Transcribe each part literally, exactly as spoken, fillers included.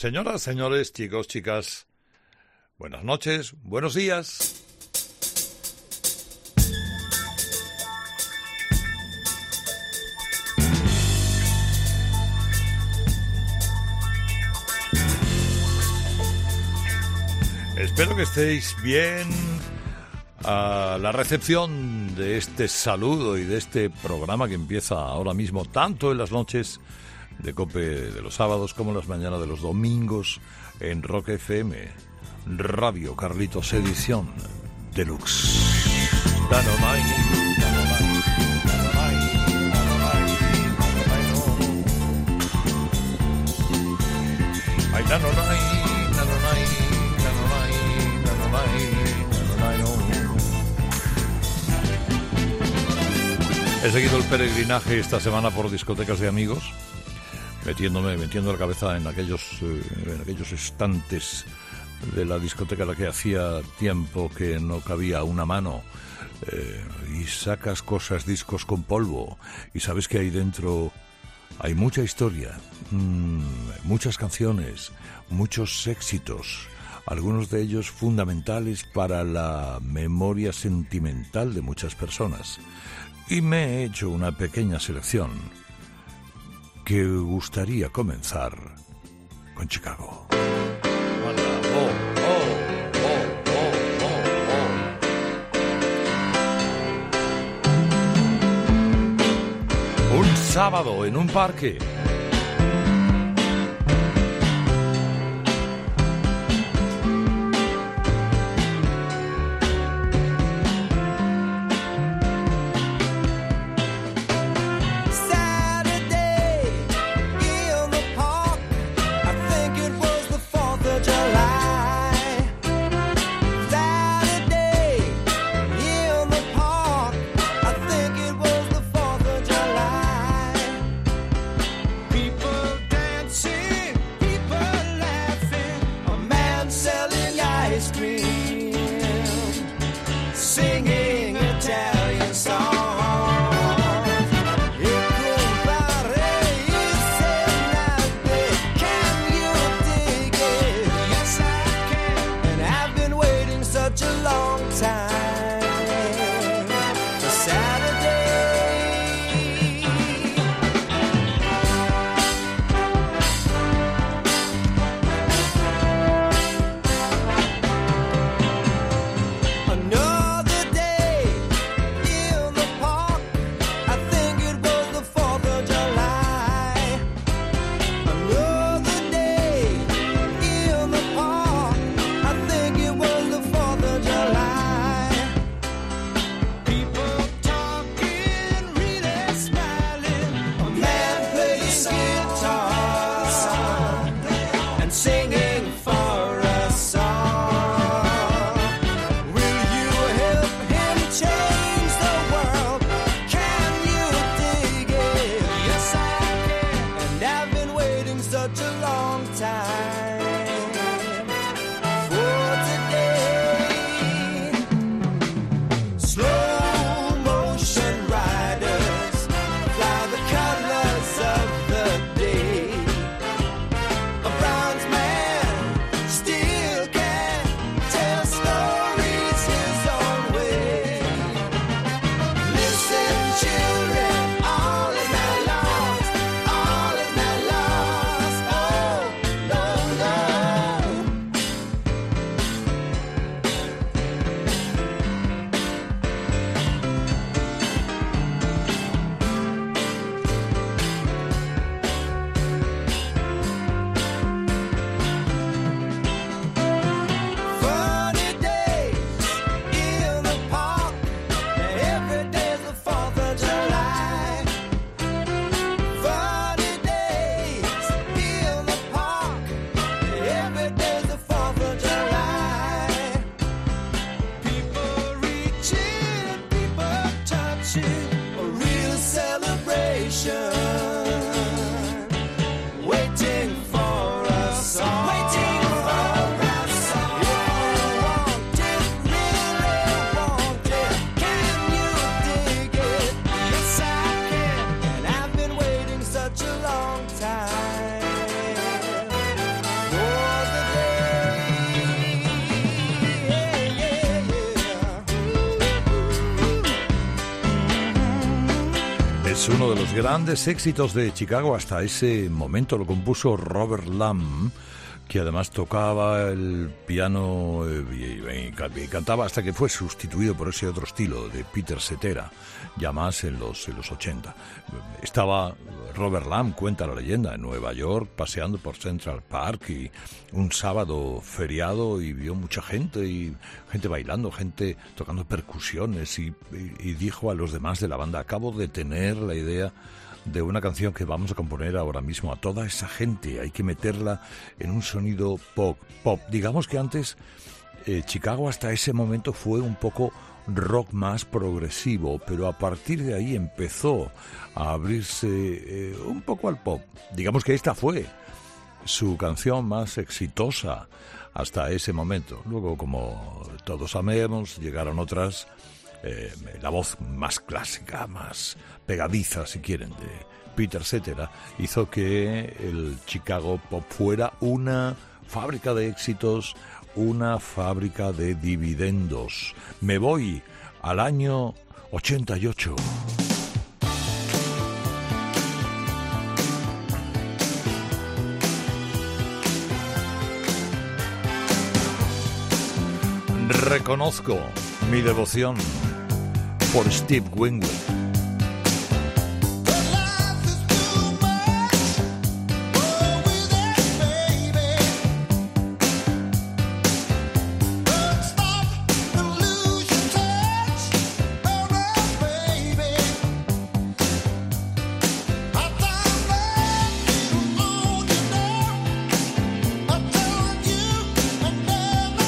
Señoras, señores, chicos, chicas, buenas noches, buenos días. Espero que estéis bien a la recepción de este saludo y de este programa que empieza ahora mismo, tanto en las noches de COPE de los sábados como en las mañanas de los domingos en Rock F M, Radio Carlitos Edición Deluxe. Dynamite, dynamite, dynamite, dynamite, ay, dynamite, He seguido el peregrinaje esta semana por discotecas de amigos, metiéndome, metiendo la cabeza en aquellos, eh, en aquellos estantes de la discoteca a la que hacía tiempo que no cabía una mano, eh, y sacas cosas, discos con polvo, y sabes que ahí dentro hay mucha historia, mmm, muchas canciones, muchos éxitos, algunos de ellos fundamentales para la memoria sentimental de muchas personas. Y me he hecho una pequeña selección que gustaría comenzar con Chicago. Oh, oh, oh, oh, oh. Un sábado en un parque. Es uno de los grandes éxitos de Chicago. Hasta ese momento lo compuso Robert Lamm, que además tocaba el piano y, y, y cantaba hasta que fue sustituido por ese otro estilo de Peter Cetera, ya más en los, en los ochenta. Estaba Robert Lamm, cuenta la leyenda, en Nueva York, paseando por Central Park y un sábado feriado, y vio mucha gente, y gente bailando, gente tocando percusiones, y, y, y dijo a los demás de la banda: acabo de tener la idea de una canción que vamos a componer ahora mismo. A toda esa gente hay que meterla en un sonido pop. pop. Digamos que antes eh, Chicago hasta ese momento fue un poco rock más progresivo, pero a partir de ahí empezó a abrirse eh, un poco al pop. Digamos que esta fue su canción más exitosa hasta ese momento. Luego, como todos sabemos, llegaron otras. Eh, la voz más clásica, más pegadiza, si quieren, de Peter Cetera, hizo que el Chicago Pop fuera una fábrica de éxitos, una fábrica de dividendos. Me voy al año ochenta y ocho. Reconozco mi devoción por Steve Winwood.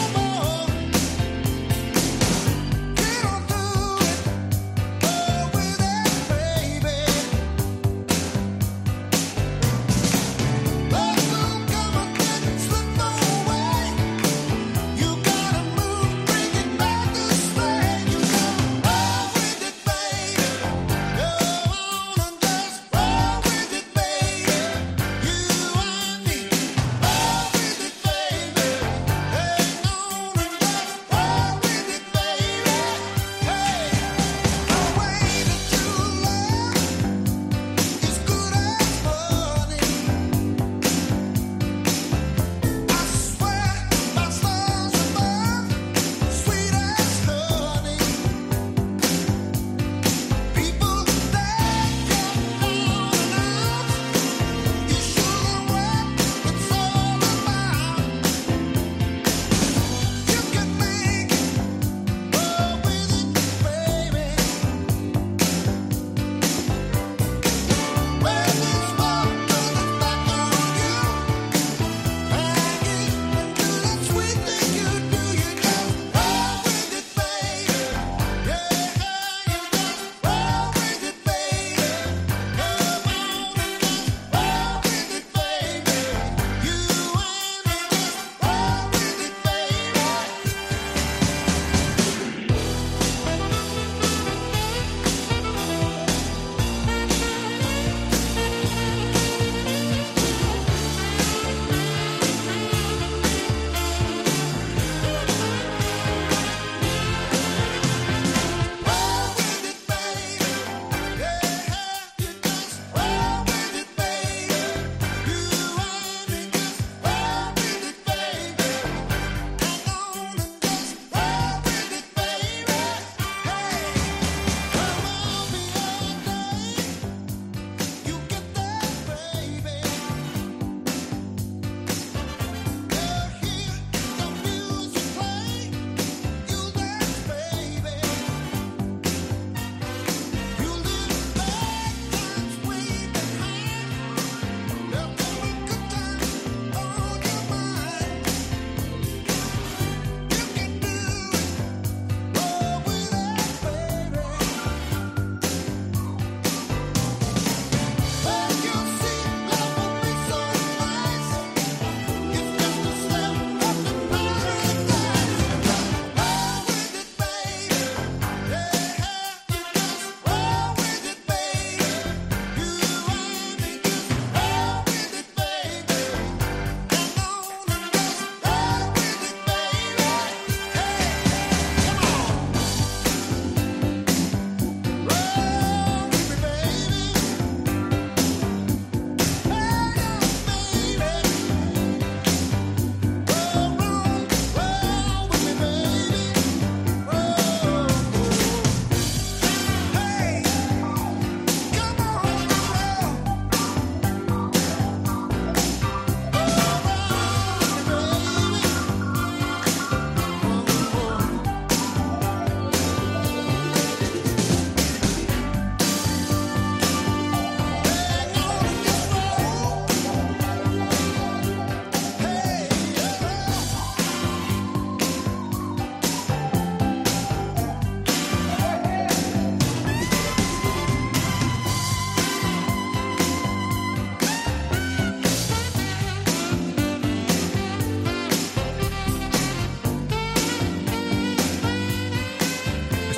Get on through it.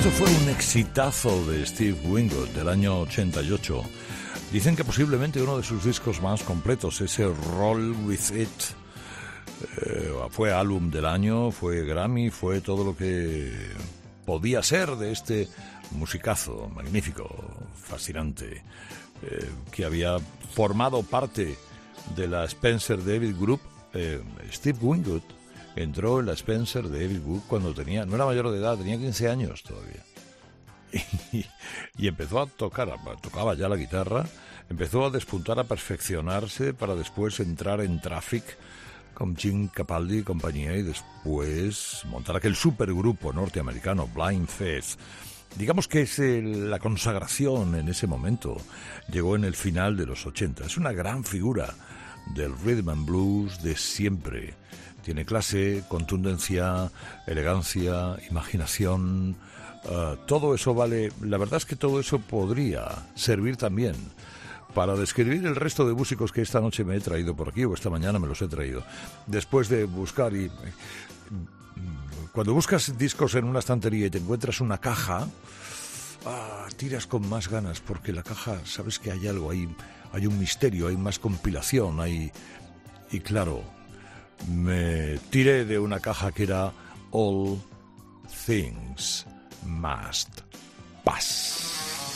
Esto fue un exitazo de Steve Winwood del año ochenta y ocho. Dicen que posiblemente uno de sus discos más completos, ese Roll With It, eh, fue álbum del año, fue Grammy, fue todo lo que podía ser de este musicazo magnífico, fascinante, eh, que había formado parte de la Spencer David Group. eh, Steve Winwood entró en la Spencer David Group cuando tenía, no era mayor de edad, tenía quince años todavía. Y, y empezó a tocar, tocaba ya la guitarra, empezó a despuntar, a perfeccionarse para después entrar en Traffic con Jim Capaldi y compañía y después montar aquel supergrupo norteamericano Blind Faith. Digamos que es el, la consagración en ese momento llegó en el final de los ochenta. Es una gran figura del rhythm and blues de siempre. Tiene clase, contundencia, elegancia, imaginación. Uh, todo eso vale, la verdad es que todo eso podría servir también para describir el resto de músicos que esta noche me he traído por aquí, o esta mañana me los he traído. Después de buscar y... Cuando buscas discos en una estantería y te encuentras una caja, ah, tiras con más ganas, porque la caja, sabes que hay algo, hay, hay un misterio, hay más compilación, hay... Y claro, me tiré de una caja que era All Things Must Pass.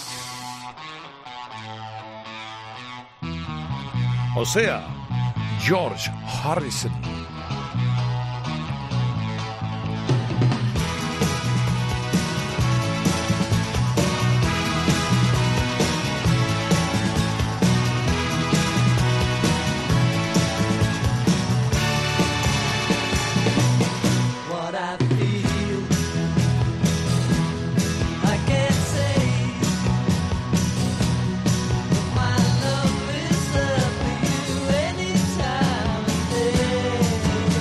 O sea, George Harrison. My love is up for you anytime.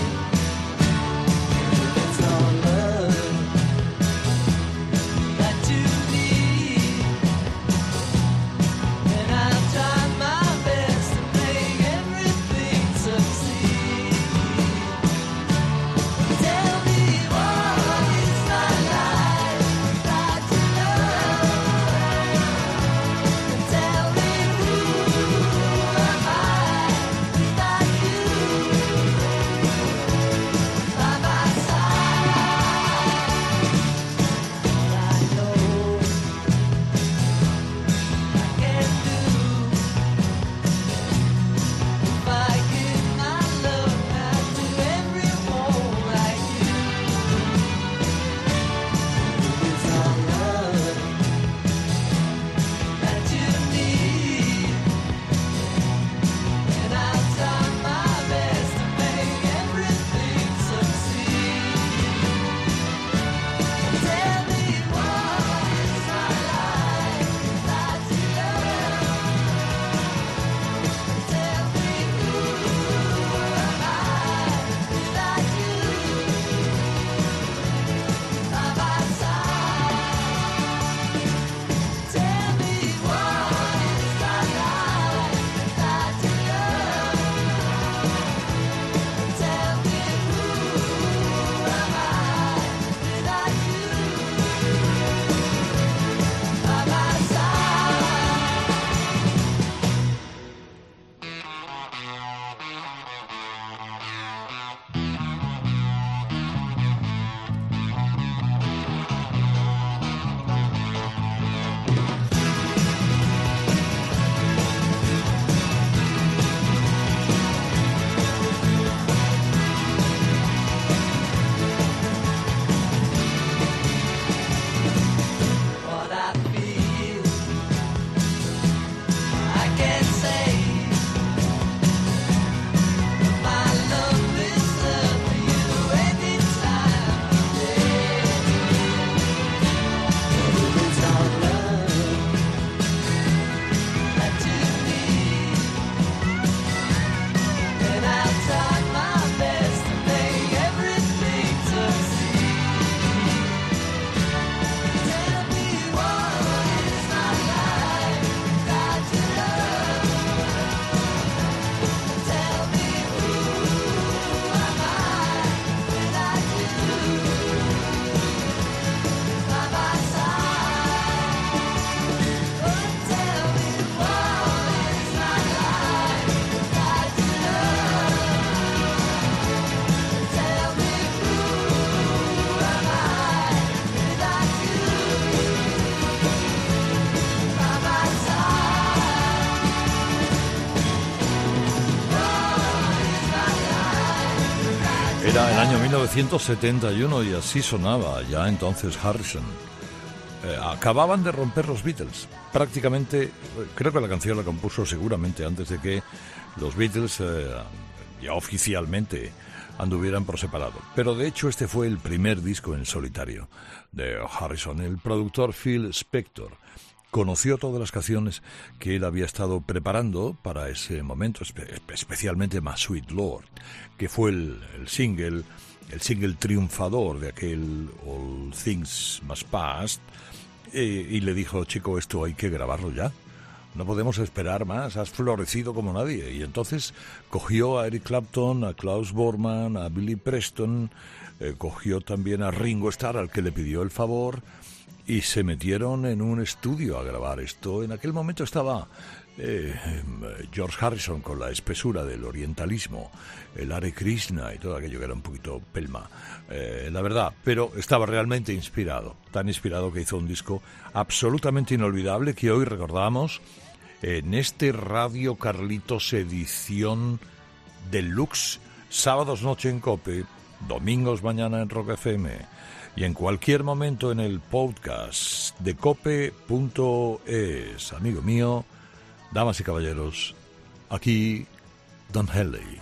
Era el año mil novecientos setenta y uno y así sonaba ya entonces Harrison. Eh, acababan de romper los Beatles. Prácticamente, creo que la canción la compuso seguramente antes de que los Beatles eh, ya oficialmente anduvieran por separado. Pero de hecho este fue el primer disco en solitario de Harrison. El productor Phil Spector conoció todas las canciones que él había estado preparando para ese momento, espe- especialmente My Sweet Lord, que fue el, el single, el single triunfador de aquel All Things Must Pass, eh, y le dijo: chico, esto hay que grabarlo ya. No podemos esperar más, has florecido como nadie. Y entonces cogió a Eric Clapton, a Klaus Bormann, a Billy Preston, eh, cogió también a Ringo Starr, al que le pidió el favor, y se metieron en un estudio a grabar esto. En aquel momento estaba eh, George Harrison con la espesura del orientalismo, el Hare Krishna y todo aquello que era un poquito pelma, eh, la verdad, pero estaba realmente inspirado, tan inspirado que hizo un disco absolutamente inolvidable que hoy recordamos en este Radio Carlitos edición deluxe, sábados noche en COPE, domingos mañana en Rock F M y en cualquier momento en el podcast de cope punto es. Amigo mío, damas y caballeros, aquí Don Henley.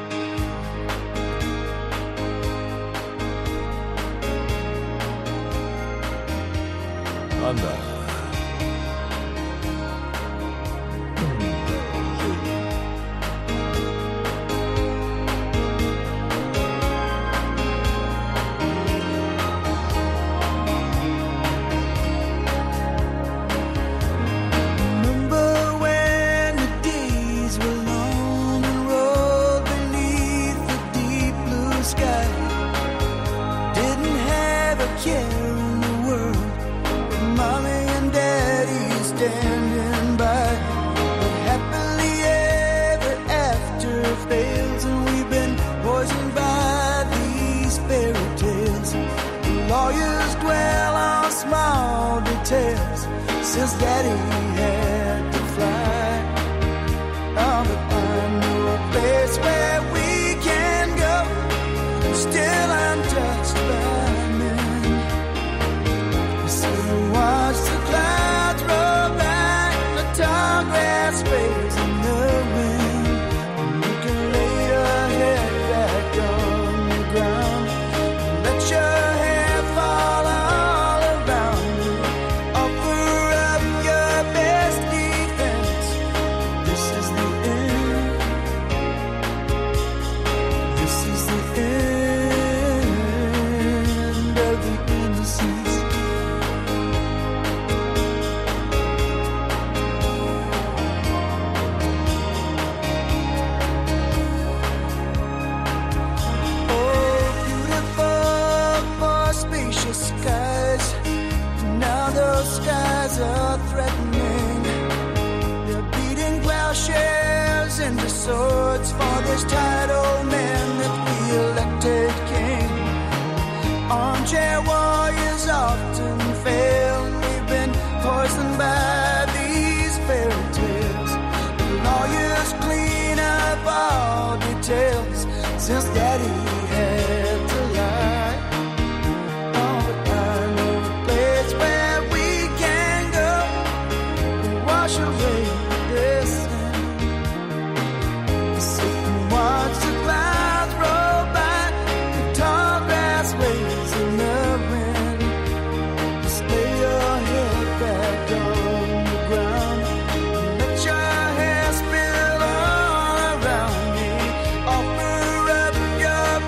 Anda. Since Daddy had to fly, oh, but I know a place where we can go, still untouched by men. So watch the clouds roll by, the tall grass waves in the wind, and you can lay your head back on the ground, and let your hair fall all around you. Are threatening. They're beating plowshares into swords for this tired old man that we elected king. Armchair warriors often fail, and we've been poisoned by these fairy tales. The lawyers clean up all details since Daddy had to lie. Oh, but I know a place where wash away this sin. Sit and watch the clouds roll by, the tall grass waves in the wind. Just lay your head back on the ground and let your hair spill all around me. Offer up your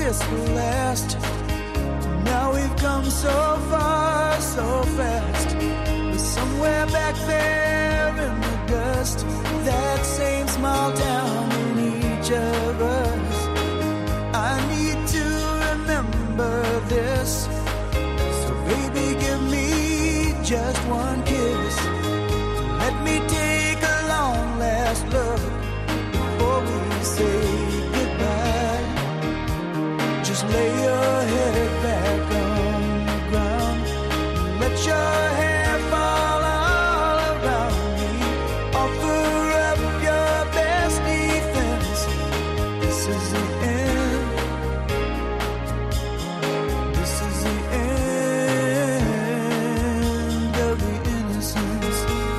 this will last. Now we've come so far, so fast. But somewhere back there in the dust, that same small town in each of us. I need to remember this. So baby, give me just one kiss. Let me take a long last look before we say goodbye. Just lay your head back on the ground. Let your hair fall all around me. Offer up your best defense. This is the end. This is the end of the innocence.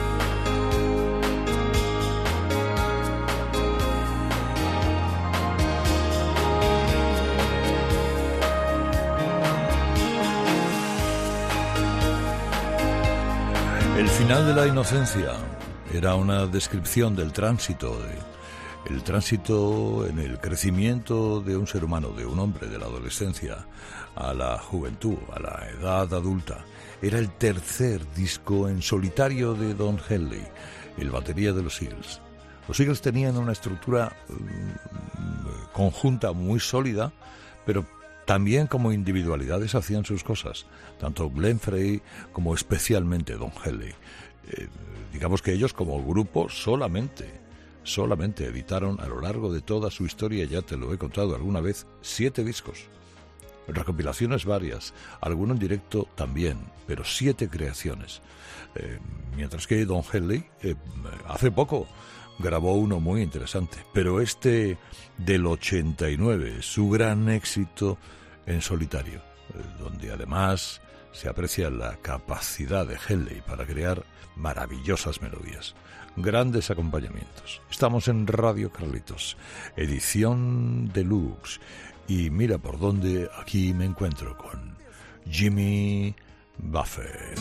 El final de la inocencia era una descripción del tránsito, de, el tránsito en el crecimiento de un ser humano, de un hombre, de la adolescencia a la juventud, a la edad adulta. Era el tercer disco en solitario de Don Henley, el batería de los Eagles. Los Eagles tenían una estructura um, conjunta muy sólida, pero también como individualidades hacían sus cosas, tanto Glenn Frey como especialmente Don Henley. Eh, digamos que ellos como grupo solamente, solamente editaron a lo largo de toda su historia, ya te lo he contado alguna vez, siete discos. Recopilaciones varias, alguno en directo también, pero siete creaciones. Eh, mientras que Don Henley, eh, hace poco, grabó uno muy interesante, pero este del ochenta y nueve, su gran éxito en solitario, eh, donde además se aprecia la capacidad de Henley para crear maravillosas melodías, grandes acompañamientos. Estamos en Radio Carlitos, edición deluxe, y mira por dónde aquí me encuentro con Jimmy Buffett.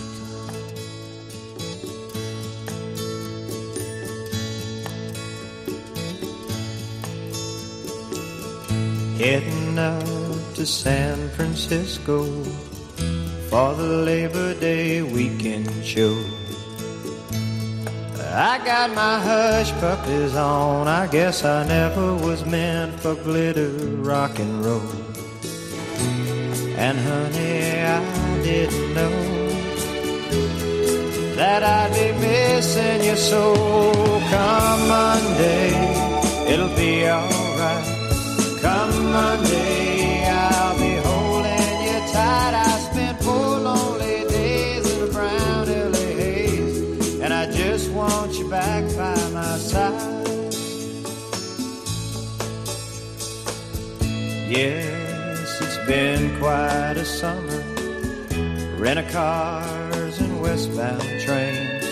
Heading out to San Francisco for the Labor Day weekend show. I got my hush puppies on. I guess I never was meant for glitter rock and roll. And honey, I didn't know that I'd be missing you so. Come Monday, it'll be alright. Come Monday, I'll be holding you tight. I spent four lonely days in a brown L A haze, and I just want you back by my side. Yes, it's been quite a summer, rent-a-cars and westbound trains,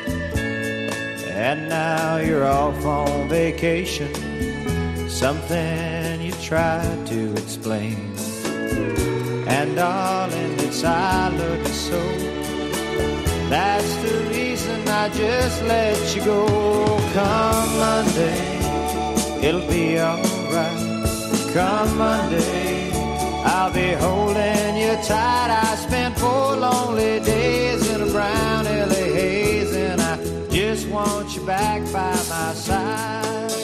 and now you're off on vacation, something tried to explain. And darling, it's I love you so. That's the reason I just let you go. Come Monday, it'll be alright. Come Monday, I'll be holding you tight. I spent four lonely days in a brown L A haze, and I just want you back by my side.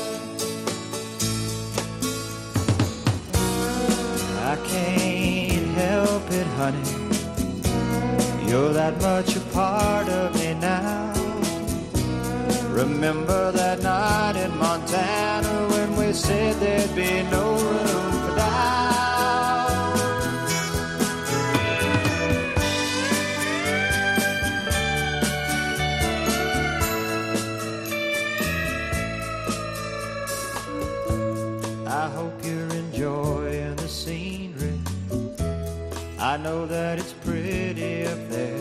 I can't help it, honey, you're that much a part of me now. Remember that night in Montana when we said there'd be no room for doubt. I hope you're enjoying the scenery. I know that it's pretty up there.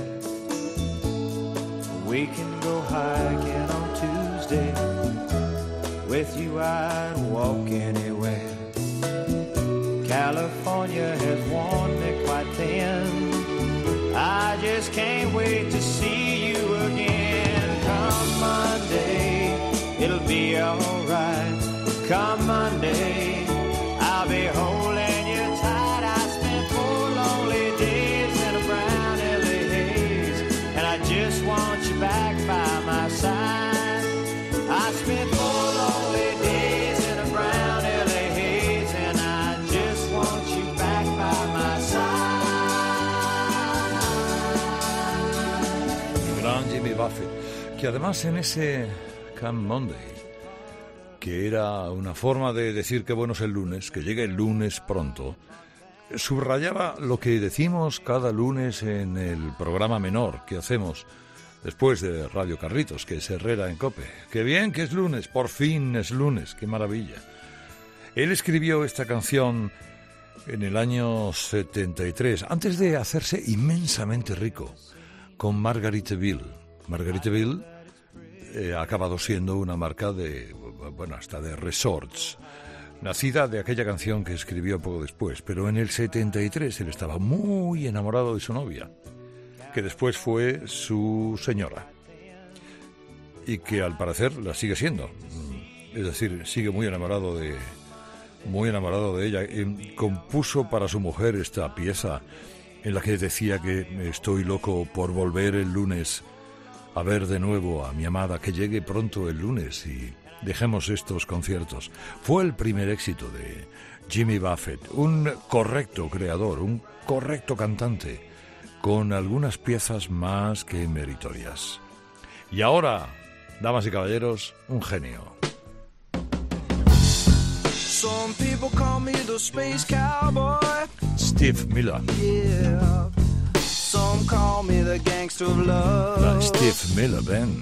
We can go hiking on Tuesday. With you I'd walk anywhere. California has worn me quite thin. I just can't wait to see you again. Come Monday, it'll be alright. Come Monday, I'll be holding you tight. Buffett, que además en ese Come Monday, que era una forma de decir que bueno es el lunes, que llegue el lunes pronto, subrayaba lo que decimos cada lunes en el programa menor que hacemos después de Radio Carritos, que es Herrera en COPE. ¡Qué bien que es lunes! ¡Por fin es lunes! ¡Qué maravilla! Él escribió esta canción en el año setenta y tres, antes de hacerse inmensamente rico, con Margaritaville. Margaritaville eh, ha acabado siendo una marca de, bueno, hasta de resorts, nacida de aquella canción que escribió poco después, pero en el setenta y tres él estaba muy enamorado de su novia, que después fue su señora, y que al parecer la sigue siendo, es decir, sigue muy enamorado de, muy enamorado de ella. Y compuso para su mujer esta pieza en la que decía que estoy loco por volver el lunes a ver de nuevo a mi amada, que llegue pronto el lunes y dejemos estos conciertos. Fue el primer éxito de Jimmy Buffett, un correcto creador, un correcto cantante, con algunas piezas más que meritorias. Y ahora, damas y caballeros, un genio. Some people call me the space cowboy. Steve Miller. Yeah. Some call me the gangster of love. La Steve Miller Band.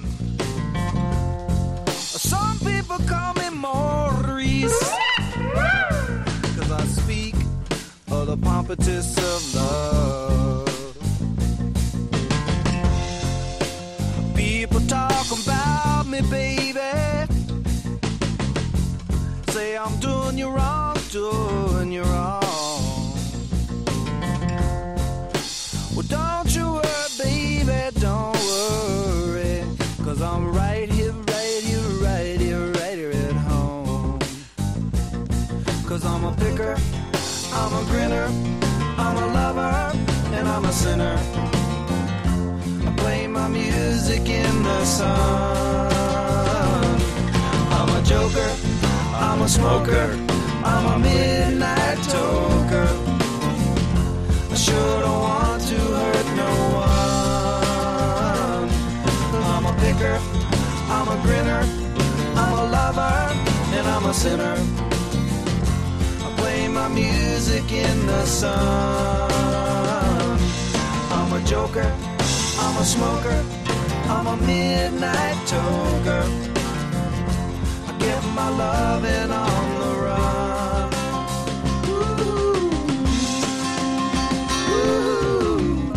Some people call me Maurice, 'cause I speak of the pompatus of love. People talk about me, baby, say I'm doing you wrong, doing you wrong. Well, don't you worry, baby, don't worry, 'cause I'm right here, right here, right here, right here at home. 'Cause I'm a picker, I'm a grinner, I'm a lover, and I'm a sinner. I play my music in the sun. I'm a joker, I'm a smoker, I'm a midnight toker. I sure don't want to hurt no one. I'm a picker, I'm a grinner, I'm a lover, and I'm a sinner. I play my music in the sun. I'm a joker, I'm a smoker, I'm a midnight toker. I get my loving on the run. Ooh. Ooh.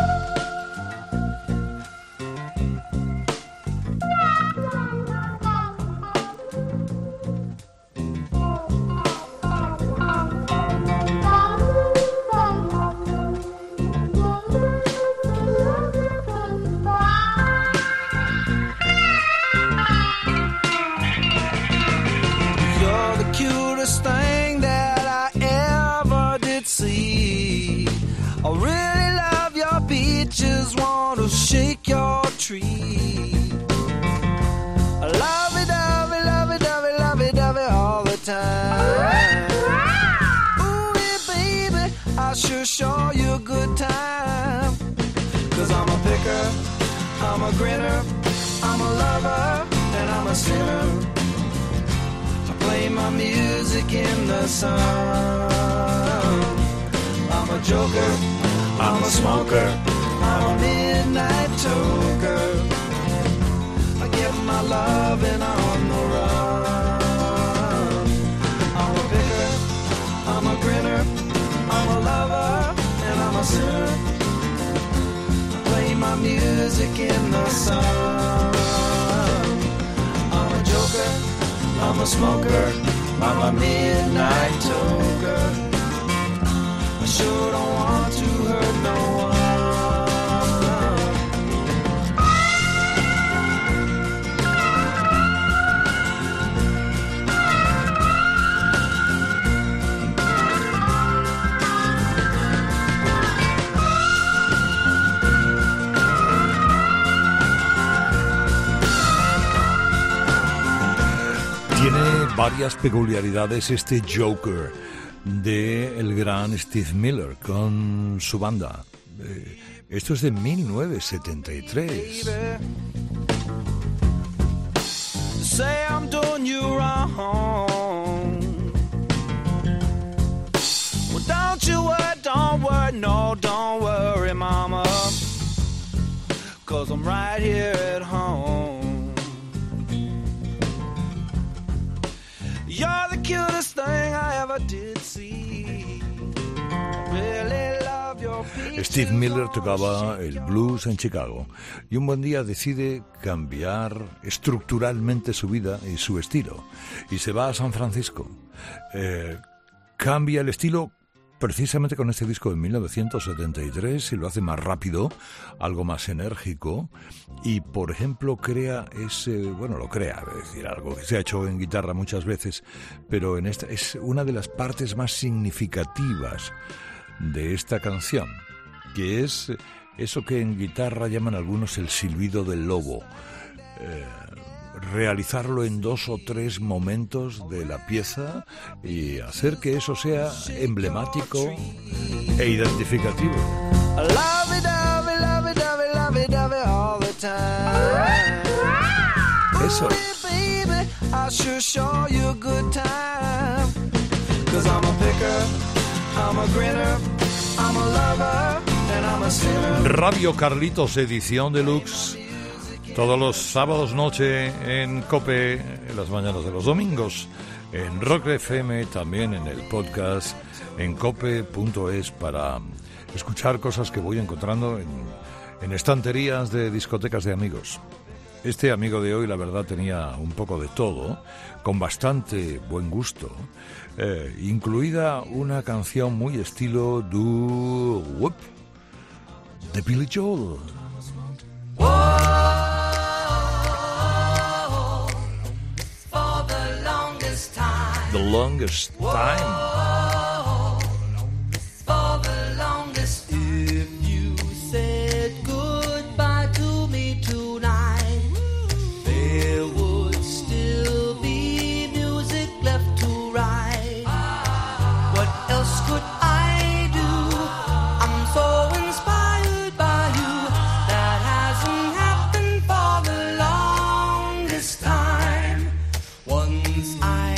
Thing that I ever did see. I really love your beaches, want to shake your tree. I love it, love it, love it, love it, love it, love it all the time. Ooh, yeah, baby, I sure show you a good time. 'Cause I'm a picker, I'm a grinner, I'm a lover, and I'm a sinner. Play my music in the sun. I'm a joker, I'm a smoker, I'm a midnight toker. I get my loving on the run. I'm a picker, I'm a grinner, I'm a lover, and I'm a sinner. Play my music in the sun. I'm a joker, I'm a smoker, I'm a midnight toker. I sure don't want to hurt no one. Tiene varias peculiaridades este Joker de el gran Steve Miller con su banda. Eh, esto es de mil novecientos setenta y tres. say I'm doing you wrong. Well, don't you worry, don't worry, no, don't worry, mama, 'cause I'm right here at home. You're the cutest thing I ever did see. Really love your peaches. Steve Miller tocaba el blues en Chicago y un buen día decide cambiar estructuralmente su vida y su estilo y se va a San Francisco. Eh, cambia el estilo precisamente con este disco de mil novecientos setenta y tres y lo hace más rápido, algo más enérgico y, por ejemplo, crea ese, bueno, lo crea, es decir, algo que se ha hecho en guitarra muchas veces, pero en esta es una de las partes más significativas de esta canción, que es eso que en guitarra llaman algunos el silbido del lobo. Eh, realizarlo en dos o tres momentos de la pieza y hacer que eso sea emblemático e identificativo. Eso es. Radio Carlitos, edición deluxe. Todos los sábados noche en COPE, en las mañanas de los domingos, en Rock F M, también en el podcast, en cope punto es, para escuchar cosas que voy encontrando en, en estanterías de discotecas de amigos. Este amigo de hoy, la verdad, tenía un poco de todo, con bastante buen gusto, eh, incluida una canción muy estilo doo wop de Billy Joel. The longest time. For the longest, if you said goodbye to me tonight, there would still be music left to write. What else could I do? I'm so inspired by you. That hasn't happened for the longest time. Once I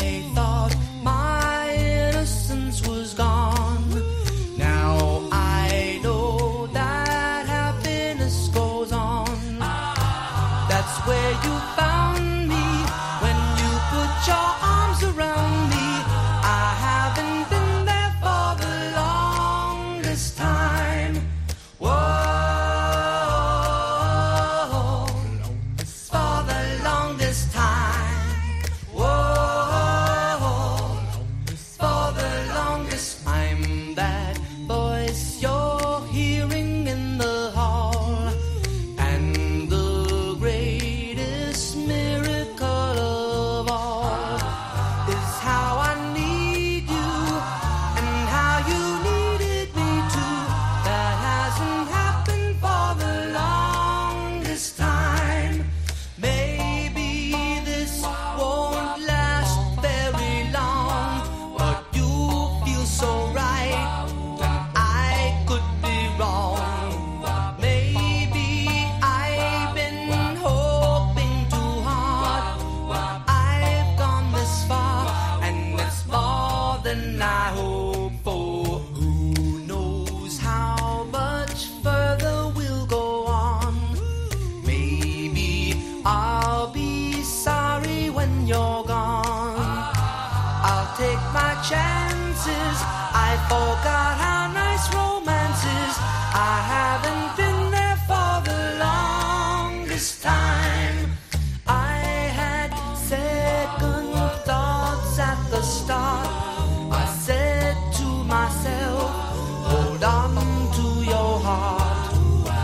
chances. I forgot how nice romance is. I haven't been there for the longest time. I had second thoughts at the start. I said to myself, hold on to your heart.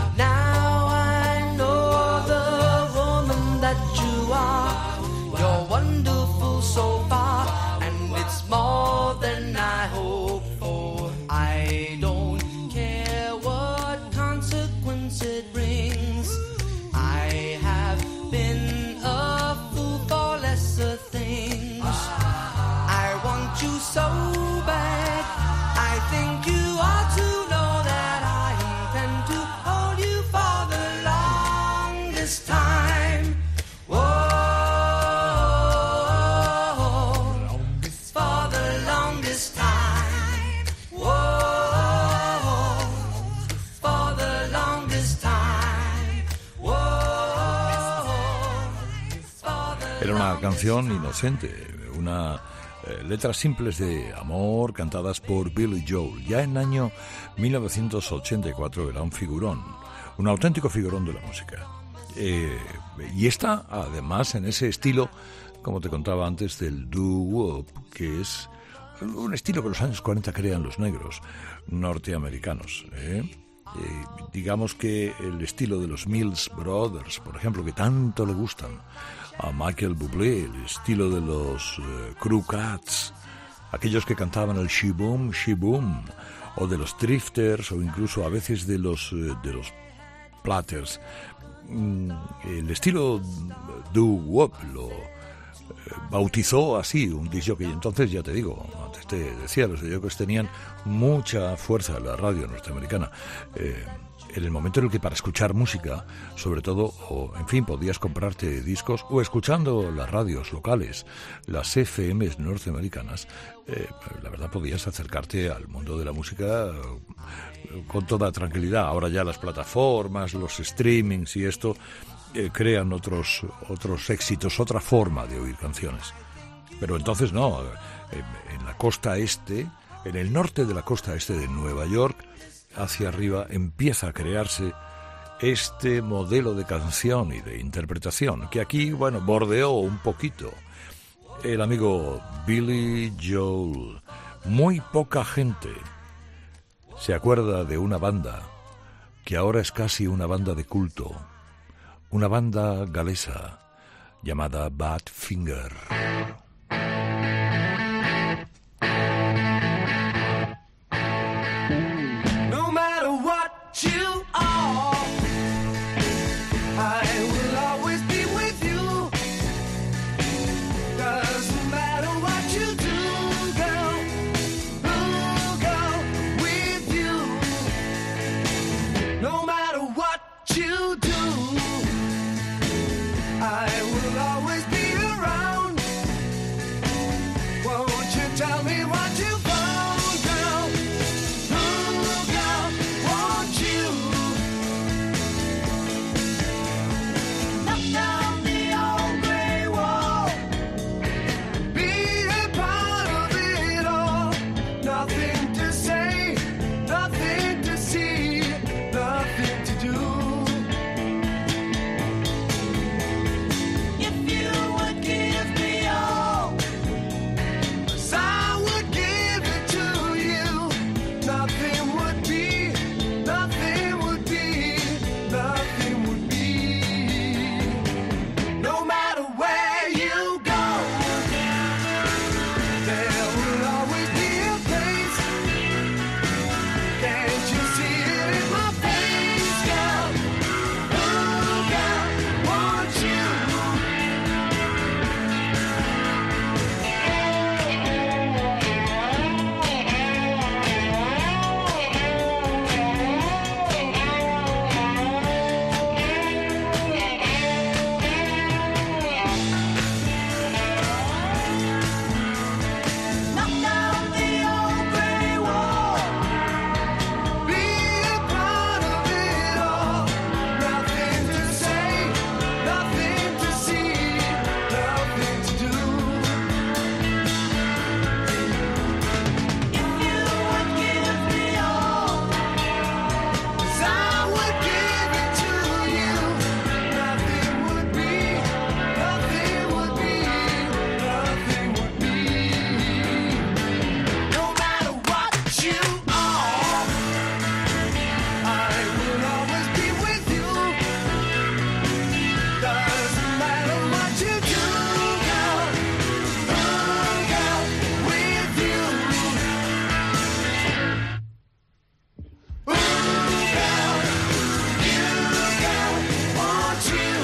Now I know the woman that you are. You're wonderful so far, and it's more than I hoped for. Era una canción inocente, una eh, letras simples de amor cantadas por Billy Joel. Ya en el año mil novecientos ochenta y cuatro era un figurón, un auténtico figurón de la música. Eh, y está además en ese estilo, como te contaba antes, del doo-wop, que es un estilo que en los años cuarenta crean los negros norteamericanos, ¿eh? Eh, digamos que el estilo de los Mills Brothers, por ejemplo, que tanto le gustan a Michael Bublé, el estilo de los eh, Crew Cats, aquellos que cantaban el She Boom, She Boom, o de los Drifters, o incluso a veces de los eh, de los Platters. Mm, el estilo doo-wop lo eh, bautizó así un disc jockey. Entonces, ya te digo, antes te decía, los disc jockeys tenían mucha fuerza en la radio norteamericana. Eh, en el momento en el que para escuchar música, sobre todo, o en fin, podías comprarte discos o escuchando las radios locales, las F Ms norteamericanas, eh, la verdad podías acercarte al mundo de la música eh, con toda tranquilidad. Ahora ya las plataformas, los streamings y esto eh, crean otros, otros éxitos, otra forma de oír canciones. Pero entonces no, eh, en la costa este, en el norte de la costa este de Nueva York, hacia arriba empieza a crearse este modelo de canción y de interpretación que aquí, bueno, bordeó un poquito el amigo Billy Joel. Muy poca gente se acuerda de una banda que ahora es casi una banda de culto, una banda galesa llamada Badfinger. You are, I will always be with you. Doesn't matter what you do, girl, ooh, girl, with you. No matter what you do, I will always be around. Won't you tell me what you found, girl? Ooh, girl, won't you? Knock down the old grey wall. Be a part of it all. Nothing to say, nothing to see, nothing to do. If you would give me all, 'cause I would give it to you. Nothing would be, nothing would be, nothing would be. No matter where you go, there will always be a place. Can't you see it in my face, girl? Ooh, girl, won't you? Knock down the old grey wall. Be a part of it all. Nothing to say, nothing to see, nothing to do. If you would give me all, 'cause I would give it to you. Nothing would be, nothing would be, nothing would be. No matter what you are, I will always be with you. Doesn't matter what you do, girl. Ooh, girl, with you. Ooh, girl, you, girl, want you.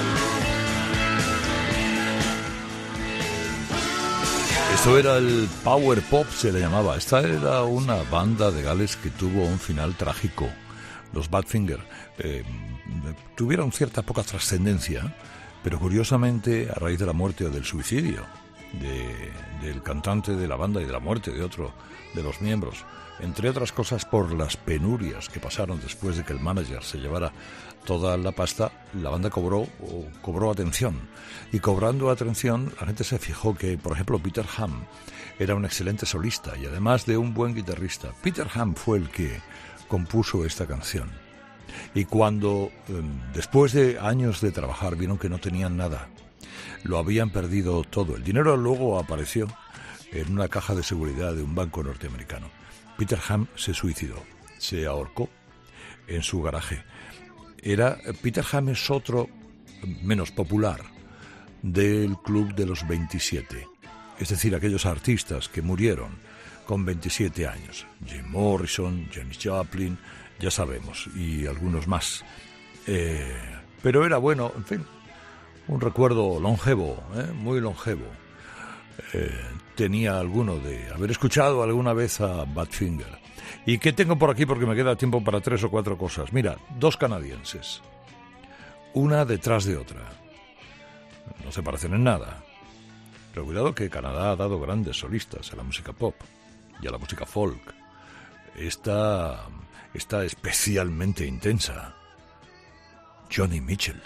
Esto era el Power Pop, se le llamaba. Esta era una banda de Gales que tuvo un final trágico. Los Badfinger eh, tuvieron cierta poca trascendencia, pero curiosamente, a raíz de la muerte o del suicidio de, del cantante de la banda y de la muerte de otro de los miembros, entre otras cosas por las penurias que pasaron después de que el manager se llevara toda la pasta, la banda cobró, o cobró atención. Y cobrando atención, la gente se fijó que, por ejemplo, Peter Ham era un excelente solista y además de un buen guitarrista. Peter Ham fue el que compuso esta canción. Y cuando, eh, después de años de trabajar, vieron que no tenían nada, lo habían perdido todo. El dinero luego apareció en una caja de seguridad de un banco norteamericano. Peter Ham se suicidó, se ahorcó en su garaje. Era, Peter Ham es otro menos popular del Club de los veintisiete, es decir, aquellos artistas que murieron con veintisiete años. Jim Morrison, Janis Joplin, ya sabemos, y algunos más. Eh, pero era bueno, en fin, un recuerdo longevo, ¿eh? Muy longevo. Eh, tenía alguno de haber escuchado alguna vez a Badfinger. ¿Y qué tengo por aquí? Porque me queda tiempo para tres o cuatro cosas. Mira, dos canadienses, una detrás de otra. No se parecen en nada. Pero cuidado que Canadá ha dado grandes solistas a la música pop y a la música folk. Esta está especialmente intensa. Joni Mitchell.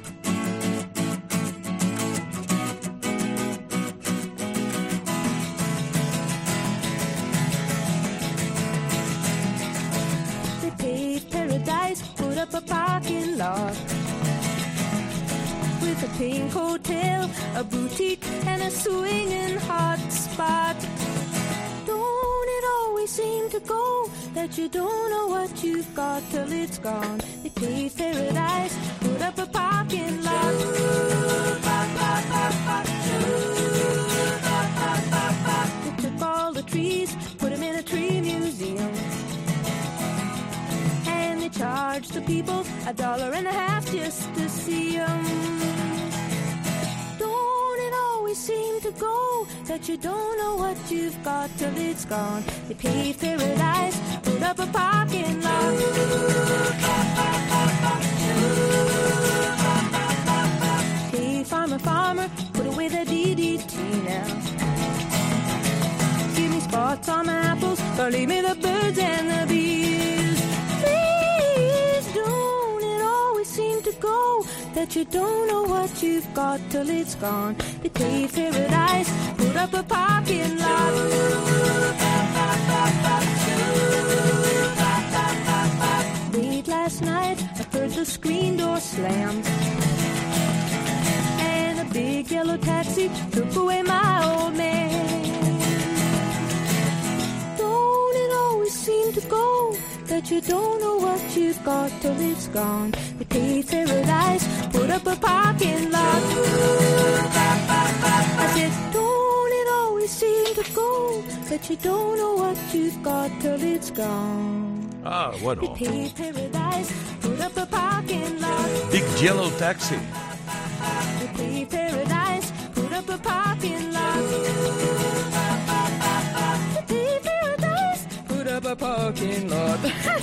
A parking lot with a pink hotel, a boutique, and a swinging hot spot. Don't it always seem to go that you don't know what you've got till it's gone? They paved paradise, put up a parking lot. They took all the trees, put them in a tree museum. Charge the people a dollar and a half just to see them. Don't it always seem to go that you don't know what you've got till it's gone? They paved paradise, put up a parking lot. Hey, farmer, farmer, put away the D D T now. Give me spots on my apples, or leave me the birds and the bees. To go that you don't know what you've got till it's gone. They paved paradise, put up a parking lot. Late last night I heard the screen door slam, and a big yellow taxi took away my old man. Don't it always seem to go that you don't know what you've got till it's gone? They paved paradise, put up a parking lot. I said, don't it always seem to go that you don't know what you've got till it's gone? Ah, bueno. They paved paradise, put up a parking lot. Big Yellow Taxi. They paved paradise, put up a parking lot. They paved paradise, put up a parking lot.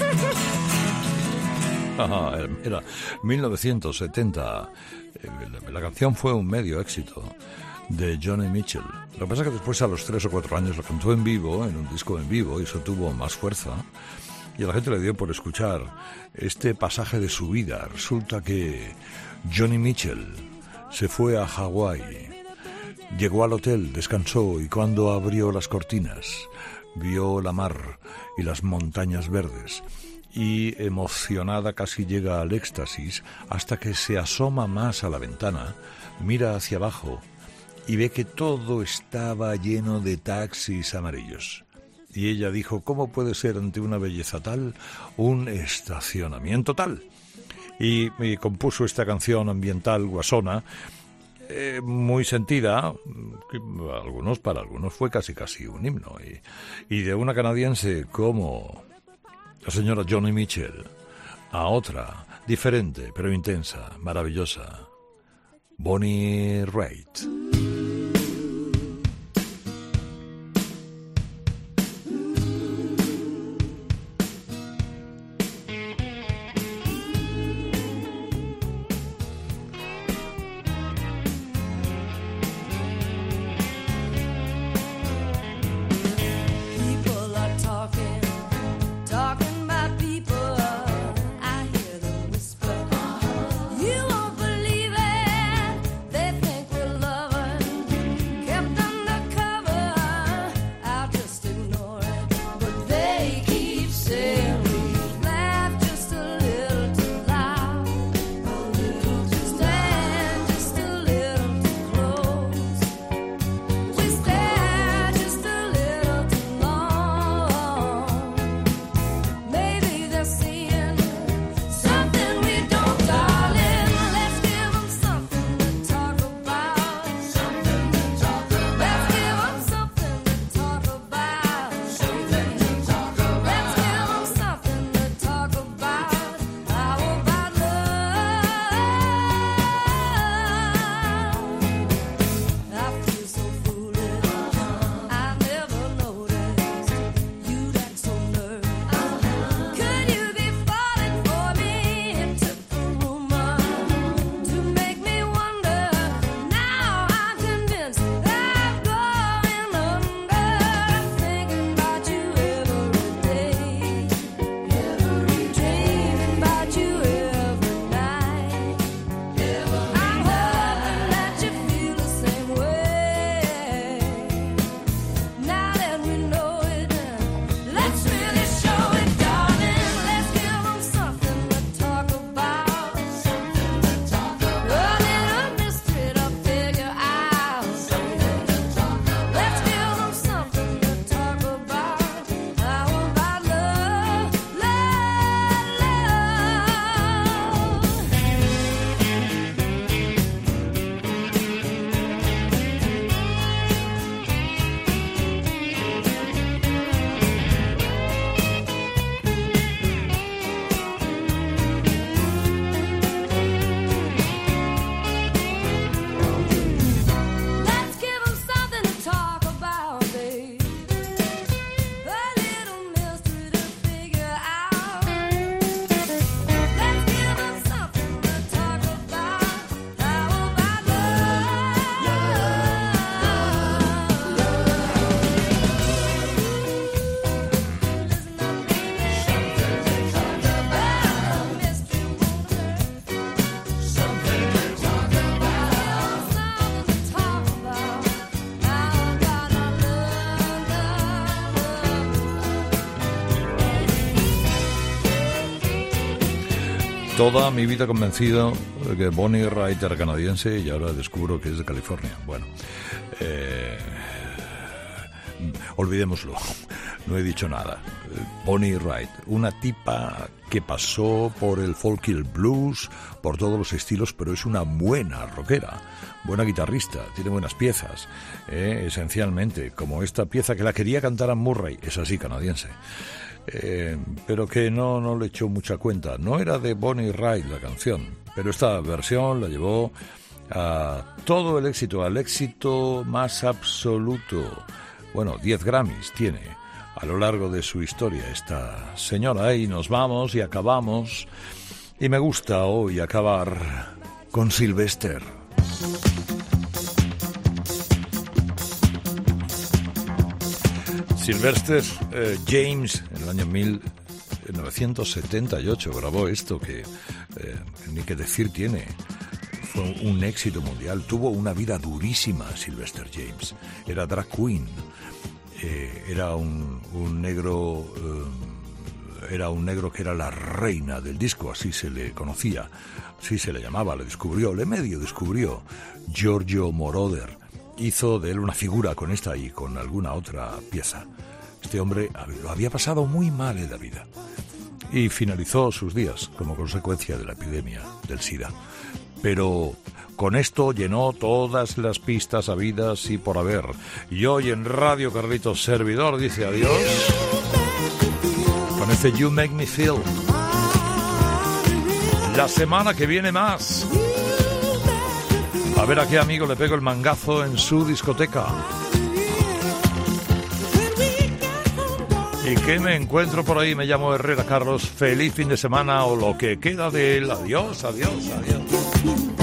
Ajá, era mil novecientos setenta. La, la canción fue un medio éxito de Joni Mitchell. Lo que pasa es que después, a los tres o cuatro años, la cantó en vivo, en un disco en vivo, y eso tuvo más fuerza. Y a la gente le dio por escuchar este pasaje de su vida. Resulta que Joni Mitchell se fue a Hawái, llegó al hotel, descansó, y cuando abrió las cortinas, vio la mar y las montañas verdes. Y emocionada casi llega al éxtasis hasta que se asoma más a la ventana, mira hacia abajo y ve que todo estaba lleno de taxis amarillos. Y ella dijo, ¿cómo puede ser ante una belleza tal un estacionamiento tal? Y, y compuso esta canción ambiental guasona, eh, muy sentida, que algunos, para algunos fue casi casi un himno, y, y de una canadiense como la señora Joni Mitchell a otra, diferente pero intensa, maravillosa, Bonnie Raitt. People are talking Toda mi vida convencido de que Bonnie Wright era canadiense y ahora descubro que es de California. Bueno, eh, olvidémoslo, no he dicho nada. Bonnie Wright, una tipa que pasó por el folk y el blues, por todos los estilos, pero es una buena rockera, buena guitarrista, tiene buenas piezas, eh, esencialmente, como esta pieza que la quería cantar a Murray, es así, canadiense. Eh, pero que no, no le echó mucha cuenta. No era de Bonnie Wright la canción, pero esta versión la llevó a todo el éxito, al éxito más absoluto. Bueno, diez Grammys tiene a lo largo de su historia esta señora. Y nos vamos y acabamos, y me gusta hoy acabar con Sylvester. Sylvester eh, James, en el año mil novecientos setenta y ocho, grabó esto que eh, ni que decir tiene. Fue un éxito mundial. Tuvo una vida durísima Sylvester James. Era drag queen. Eh, era un, un negro... Eh, era un negro que era la reina del disco, así se le conocía. Así se le llamaba, le descubrió, le medio descubrió Giorgio Moroder. Hizo de él una figura con esta y con alguna otra pieza. Este hombre lo había pasado muy mal en la vida y finalizó sus días como consecuencia de la epidemia del SIDA. Pero con esto llenó todas las pistas habidas y por haber. Y hoy en Radio Carlitos Servidor dice adiós con este You Make Me Feel. La semana que viene más. A ver a qué amigo le pego el mangazo en su discoteca. ¿Y qué me encuentro por ahí? Me llamo Herrera Carlos. Feliz fin de semana o lo que queda de él. Adiós, adiós, adiós.